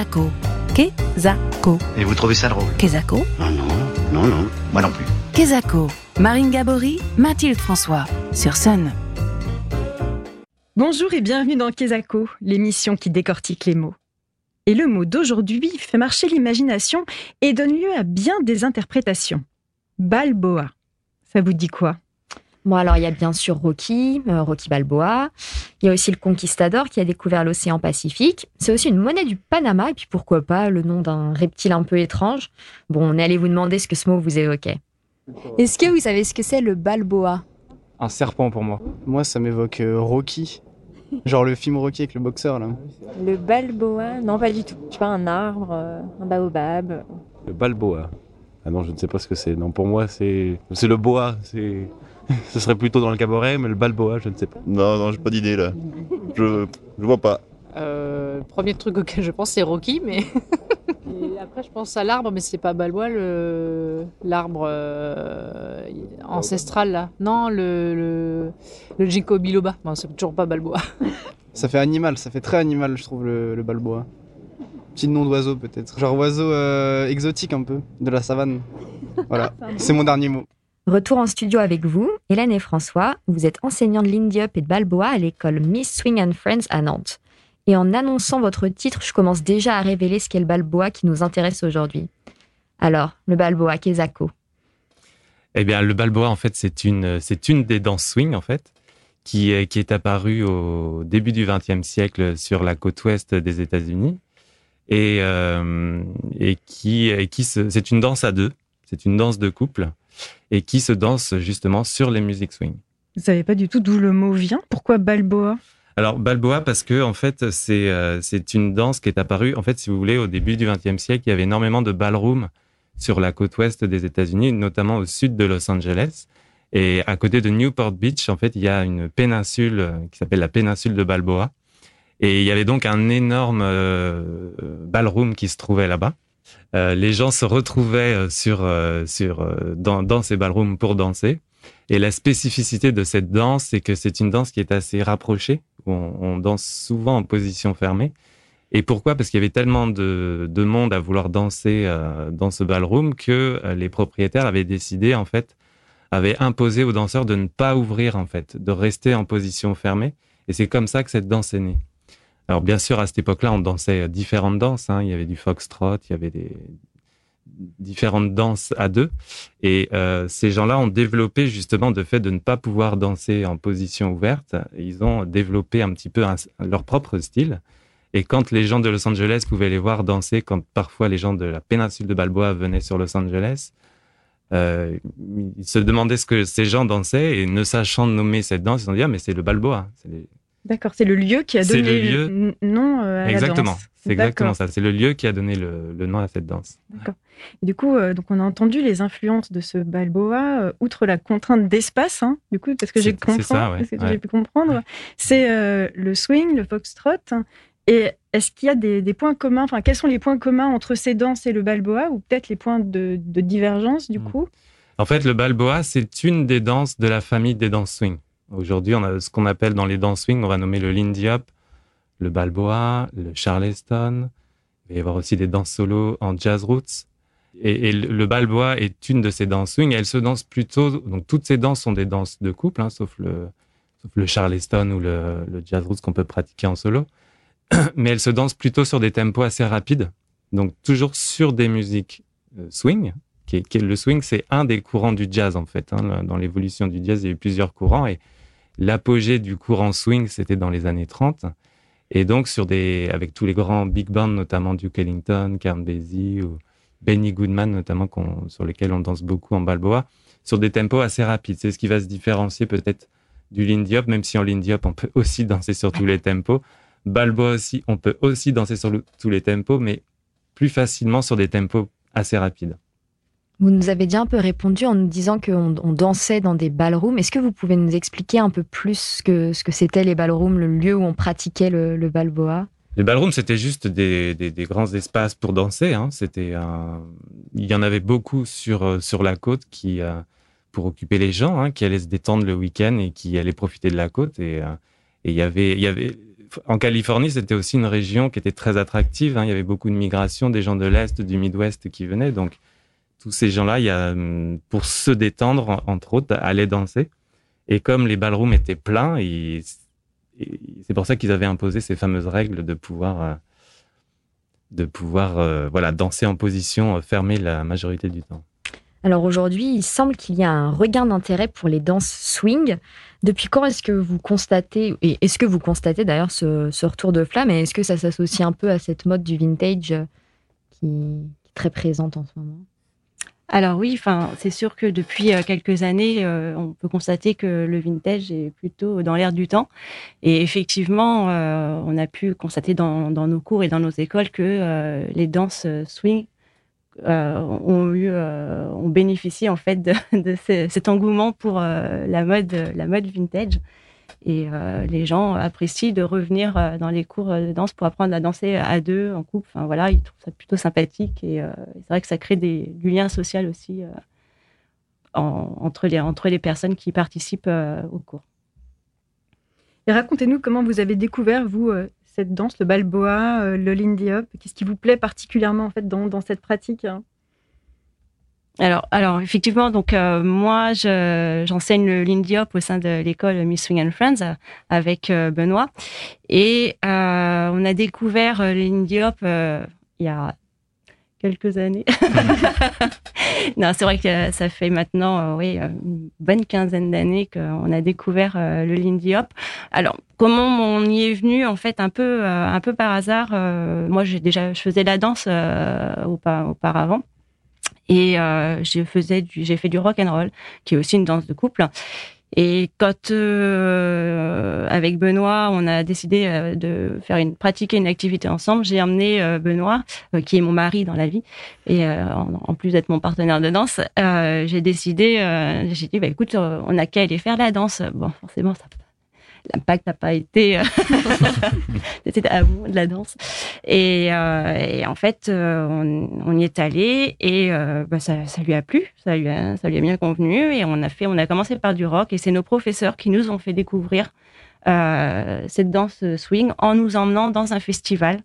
Kezako. Kezako. Et vous trouvez ça drôle? Kezako. Non, moi non plus. Kezako. Marine Gabory, Mathilde François, sur Sun. Bonjour et bienvenue dans Kezako, l'émission qui décortique les mots. Et le mot d'aujourd'hui fait marcher l'imagination et donne lieu à bien des interprétations. Balboa, ça vous dit quoi? Bon, alors il y a bien sûr Rocky Balboa. Il y a aussi le conquistador qui a découvert l'océan Pacifique. C'est aussi une monnaie du Panama et puis pourquoi pas le nom d'un reptile un peu étrange. Bon, on est allé vous demander ce que ce mot vous évoquait. Est-ce que vous savez ce que c'est le Balboa? Un serpent pour moi. Moi, ça m'évoque Rocky. Genre le film Rocky avec le boxeur, là. Le Balboa? Non, pas du tout. Je sais pas, un arbre, un baobab. Le Balboa. Ah non, je ne sais pas ce que c'est. Non, pour moi, c'est le boa. Ce serait plutôt dans le cabaret, mais le Balboa, je ne sais pas. Non, j'ai pas d'idée, là. Je vois pas. Le premier truc auquel je pense, c'est Rocky, mais... Et après, je pense à l'arbre, mais c'est pas Balboa, l'arbre ancestral, là. Non, le ginkgo biloba. Non, c'est toujours pas Balboa. Ça fait animal, ça fait très animal, je trouve, le Balboa. Petit nom d'oiseau, peut-être. Genre oiseau exotique, un peu, de la savane. Voilà, c'est mon dernier mot. Retour en studio avec vous, Hélène et François. Vous êtes enseignants de Lindy Hop et de Balboa à l'école Miss Swing and Friends à Nantes. Et en annonçant votre titre, je commence déjà à révéler ce qu'est le Balboa qui nous intéresse aujourd'hui. Alors, le Balboa, Kezako. Eh bien, le Balboa, en fait, c'est une des danses swing, en fait, qui est apparue au début du XXe siècle sur la côte ouest des États-Unis. Et c'est une danse à deux. C'est une danse de couple. Et qui se danse justement sur les musiques swing. Vous ne savez pas du tout d'où le mot vient? Pourquoi Balboa? Alors, Balboa, parce que, en fait, c'est une danse qui est apparue, en fait, si vous voulez, au début du XXe siècle, il y avait énormément de ballrooms sur la côte ouest des États-Unis, notamment au sud de Los Angeles. Et à côté de Newport Beach, en fait, il y a une péninsule qui s'appelle la péninsule de Balboa. Et il y avait donc un énorme ballroom qui se trouvait là-bas. Les gens se retrouvaient dans ces ballrooms pour danser. Et la spécificité de cette danse, c'est que c'est une danse qui est assez rapprochée, où on danse souvent en position fermée. Et pourquoi? Parce qu'il y avait tellement de monde à vouloir danser dans ce ballroom que les propriétaires avaient décidé, en fait, avaient imposé aux danseurs de ne pas ouvrir, en fait, de rester en position fermée. Et c'est comme ça que cette danse est née. Alors, bien sûr, à cette époque-là, on dansait différentes danses. Il y avait du foxtrot, il y avait des différentes danses à deux. Et ces gens-là ont développé justement le fait de ne pas pouvoir danser en position ouverte. Ils ont développé un petit peu leur propre style. Et quand les gens de Los Angeles pouvaient les voir danser, quand parfois les gens de la péninsule de Balboa venaient sur Los Angeles, ils se demandaient ce que ces gens dansaient et ne sachant nommer cette danse, ils se sont dit « Ah, mais c'est le Balboa ». D'accord, c'est le lieu qui a donné le nom à exactement, la danse. C'est exactement ça. C'est le lieu qui a donné le nom à cette danse. D'accord. Et du coup, donc on a entendu les influences de ce Balboa, outre la contrainte d'espace, du coup, parce que j'ai pu comprendre, c'est le swing, le foxtrot. Et est-ce qu'il y a des points communs, enfin, quels sont les points communs entre ces danses et le Balboa, ou peut-être les points de divergence, du coup? En fait, le Balboa, c'est une des danses de la famille des danses swing. Aujourd'hui, on a ce qu'on appelle dans les danses swing, on va nommer le Lindy Hop, le Balboa, le Charleston. Il va y avoir aussi des danses solo en jazz roots. Et le Balboa est une de ces danses swing. Elle se danse plutôt... Donc, toutes ces danses sont des danses de couple, sauf le Charleston ou le jazz roots qu'on peut pratiquer en solo. Mais elle se danse plutôt sur des tempos assez rapides. Donc, toujours sur des musiques swing. Le swing, c'est un des courants du jazz, en fait. Dans l'évolution du jazz, il y a eu plusieurs courants. Et l'apogée du courant swing, c'était dans les années 30. Et donc, avec tous les grands big bands, notamment Duke Ellington, Count Basie ou Benny Goodman, notamment, sur lesquels on danse beaucoup en Balboa, sur des tempos assez rapides. C'est ce qui va se différencier peut-être du Lindy Hop, même si en Lindy Hop, on peut aussi danser sur tous les tempos. Balboa aussi, on peut aussi danser sur tous les tempos, mais plus facilement sur des tempos assez rapides. Vous nous avez déjà un peu répondu en nous disant qu'on dansait dans des ballrooms. Est-ce que vous pouvez nous expliquer un peu plus ce que c'était les ballrooms, le lieu où on pratiquait le Balboa? Les ballrooms, c'était juste des grands espaces pour danser. Il y en avait beaucoup sur la côte pour occuper les gens qui allaient se détendre le week-end et qui allaient profiter de la côte. Et il y avait en Californie, c'était aussi une région qui était très attractive. Il y avait beaucoup de migration, des gens de l'Est, du Midwest qui venaient. Donc, tous ces gens-là, pour se détendre, entre autres, allaient danser. Et comme les ballrooms étaient pleins, c'est pour ça qu'ils avaient imposé ces fameuses règles de pouvoir danser en position fermée la majorité du temps. Alors aujourd'hui, il semble qu'il y a un regain d'intérêt pour les danses swing. Depuis quand est-ce que vous constatez, et est-ce que vous constatez d'ailleurs ce retour de flamme, et est-ce que ça s'associe un peu à cette mode du vintage qui est très présente en ce moment? Alors oui, c'est sûr que depuis quelques années, on peut constater que le vintage est plutôt dans l'air du temps. Et effectivement, on a pu constater dans nos cours et dans nos écoles que les danses swing ont bénéficié en fait de cet engouement pour la mode vintage. Et les gens apprécient de revenir dans les cours de danse pour apprendre à danser à deux, en couple. Enfin voilà, ils trouvent ça plutôt sympathique. Et c'est vrai que ça crée du lien social aussi entre les personnes qui participent au cours. Et racontez-nous comment vous avez découvert, vous, cette danse, le balboa, le lindy hop. Qu'est-ce qui vous plaît particulièrement en fait dans cette pratique? Alors effectivement, donc moi j'enseigne le lindy hop au sein de l'école Miss Swing and Friends avec Benoît, et on a découvert le lindy hop il y a quelques années. Non, c'est vrai que ça fait maintenant une bonne quinzaine d'années qu'on a découvert le lindy hop. Alors comment on y est venu en fait un peu par hasard. Moi je faisais la danse auparavant. Et j'ai fait du rock and roll, qui est aussi une danse de couple. Et quand avec Benoît, on a décidé de pratiquer une activité ensemble, j'ai emmené Benoît, qui est mon mari dans la vie, et en plus d'être mon partenaire de danse, j'ai dit écoute, on n'a qu'à aller faire la danse. Bon, forcément, l'impact n'a pas été c'était à bout de la danse, et en fait on y est allé, et ça lui a plu, ça lui a bien convenu, et on a commencé par du rock, et c'est nos professeurs qui nous ont fait découvrir cette danse swing en nous emmenant dans un festival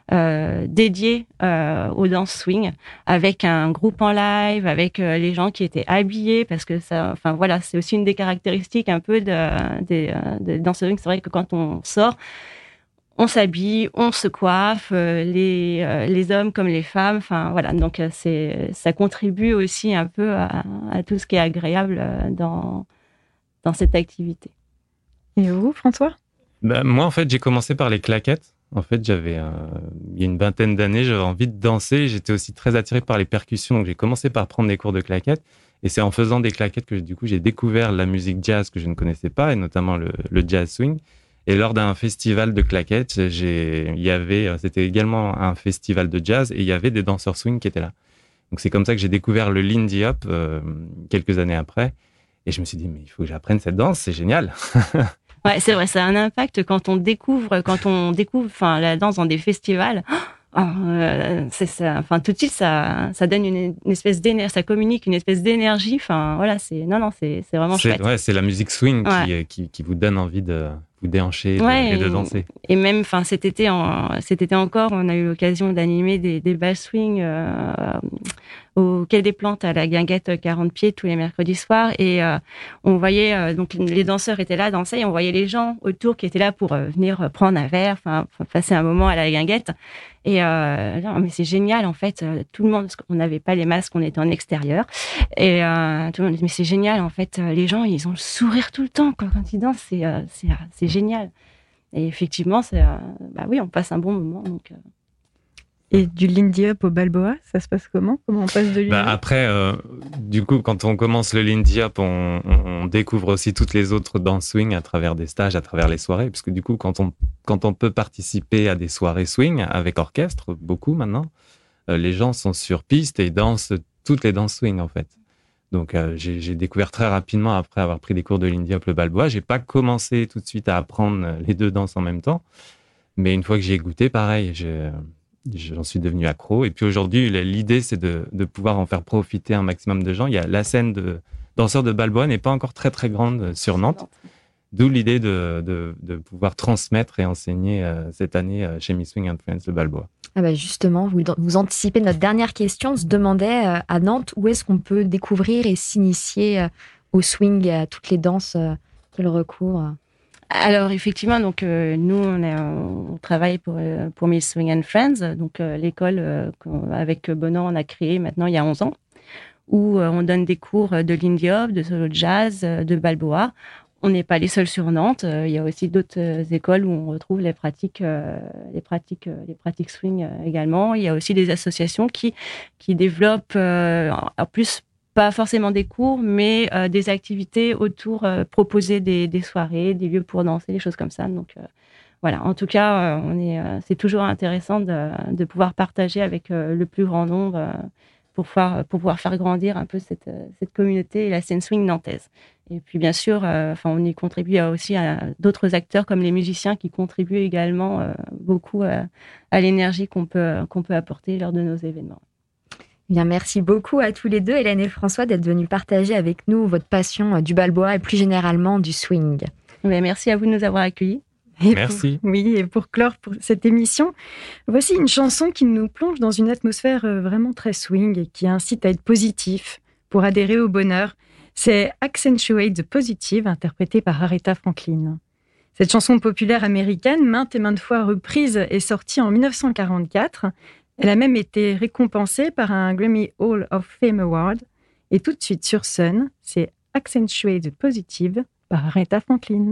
dédié aux danses swing, avec un groupe en live, avec les gens qui étaient habillés, parce que c'est aussi une des caractéristiques un peu des danses swing. C'est vrai que quand on sort, on s'habille, on se coiffe, les hommes comme les femmes. Donc ça contribue aussi un peu à tout ce qui est agréable dans cette activité. Et vous, François? Moi, en fait, j'ai commencé par les claquettes. En fait, il y a une vingtaine d'années, j'avais envie de danser. J'étais aussi très attiré par les percussions. Donc, j'ai commencé par prendre des cours de claquettes. Et c'est en faisant des claquettes que, du coup, j'ai découvert la musique jazz que je ne connaissais pas, et notamment le jazz swing. Et lors d'un festival de claquettes, c'était également un festival de jazz, et il y avait des danseurs swing qui étaient là. Donc, c'est comme ça que j'ai découvert le lindy hop quelques années après. Et je me suis dit, mais il faut que j'apprenne cette danse, c'est génial. Ouais, c'est vrai, ça a un impact quand on découvre la danse dans des festivals. C'est ça, tout de suite ça donne une espèce d'énergie, ça communique une espèce d'énergie. C'est vraiment chouette. Ouais, c'est la musique swing qui vous donne envie de vous déhancher et de danser. Et même, cet été encore, on a eu l'occasion d'animer des bals swing au Quai des Plantes à la Guinguette 40 pieds tous les mercredis soirs, et on voyait donc les danseurs étaient là, dansaient, et on voyait les gens autour qui étaient là pour venir prendre un verre, passer un moment à la Guinguette. Et mais c'est génial en fait, tout le monde, parce qu'on n'avait pas les masques, on était en extérieur, et tout le monde dit mais c'est génial en fait, les gens ils ont le sourire tout le temps quand ils dansent, c'est génial. Et effectivement on passe un bon moment donc. Et du lindy hop au balboa, ça se passe comment on passe de lui Après, du coup, quand on commence le lindy hop, on découvre aussi toutes les autres danses swing à travers des stages, à travers les soirées. Parce que du coup, quand on peut participer à des soirées swing avec orchestre, beaucoup maintenant, les gens sont sur piste et dansent toutes les danses swing en fait. Donc j'ai découvert très rapidement, après avoir pris des cours de lindy hop, le balboa. J'ai pas commencé tout de suite à apprendre les deux danses en même temps, mais une fois que j'y ai goûté, pareil, j'en suis devenu accro. Et puis aujourd'hui, l'idée, c'est de pouvoir en faire profiter un maximum de gens. La scène de danseurs de balboa n'est pas encore très, très grande sur Nantes. D'où l'idée de pouvoir transmettre et enseigner cette année chez Miss Swing and Friends le balboa. Ah bah justement, vous anticipez notre dernière question. On se demandait à Nantes où est-ce qu'on peut découvrir et s'initier au swing et à toutes les danses qu'il recouvre. Alors effectivement, donc nous on travaille pour Miss Swing and Friends, donc l'école avec Benoît on a créé maintenant il y a 11 ans, où on donne des cours de Lindy Hop, de solo jazz, de balboa. On n'est pas les seuls sur Nantes. Il y a aussi d'autres écoles où on retrouve les pratiques swing également. Il y a aussi des associations qui développent en plus pas forcément des cours, mais des activités autour, proposer des soirées, des lieux pour danser, des choses comme ça. Donc voilà. En tout cas, c'est toujours intéressant de pouvoir partager avec le plus grand nombre pour pouvoir faire grandir un peu cette communauté et la scène swing nantaise. Et puis bien sûr, on y contribue aussi à d'autres acteurs comme les musiciens qui contribuent également beaucoup à l'énergie qu'on peut apporter lors de nos événements. Bien, merci beaucoup à tous les deux, Hélène et François, d'être venus partager avec nous votre passion du balboa et plus généralement du swing. Mais merci à vous de nous avoir accueillis. Merci. Et pour clore pour cette émission, voici une chanson qui nous plonge dans une atmosphère vraiment très swing et qui incite à être positif pour adhérer au bonheur. C'est Accentuate the Positive, interprétée par Aretha Franklin. Cette chanson populaire américaine, maintes et maintes fois reprise, est sortie en 1944. Elle a même été récompensée par un Grammy Hall of Fame Award. Et tout de suite sur Sun, c'est Accentuate the Positive par Aretha Franklin.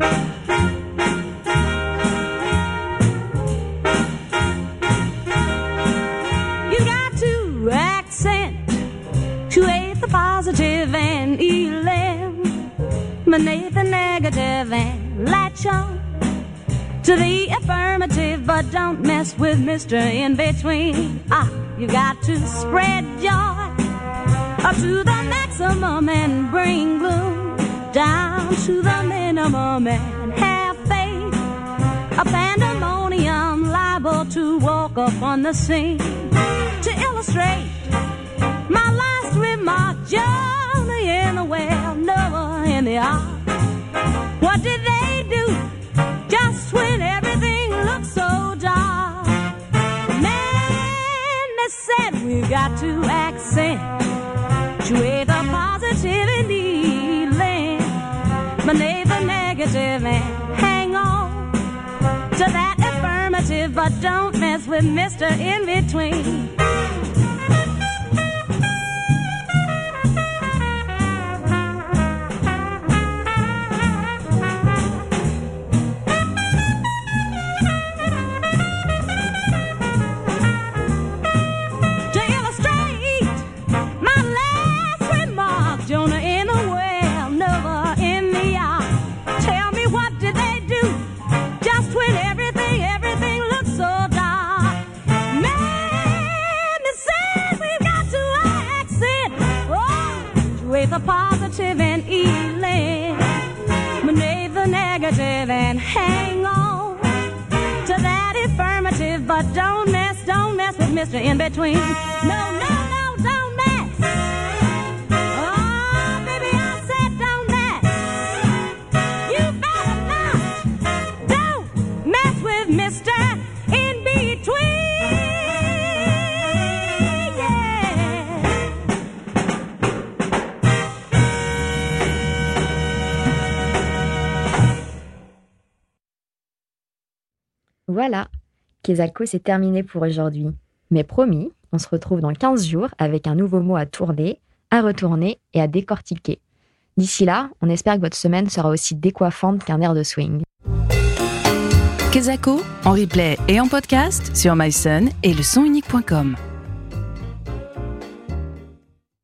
You got to accentuate the positive and eliminate the negative and latch on to the affirmative, but don't mess with Mr. In Between. You got to spread joy up to the maximum and bring gloom down to the minimum and have faith. A pandemonium liable to walk up on the scene. To illustrate my last remark, Johnny in the well, Noah in the ark. What did they do just when everything looked so dark? Man, they said we've got to accentuate the positive and eliminate the negative and hang on to that affirmative, but don't mess with Mr. In Between. The positive and eliminate the negative and hang on to that affirmative, but don't mess with Mr. In Between. No, don't mess. Oh, baby, I said don't mess. You better not. Don't mess with Mr. In Between. Voilà, Quesalco, c'est terminé pour aujourd'hui. Mais promis, on se retrouve dans 15 jours avec un nouveau mot à tourner, à retourner et à décortiquer. D'ici là, on espère que votre semaine sera aussi décoiffante qu'un air de swing. Quesalco, en replay et en podcast sur mysun et lesonunique.com.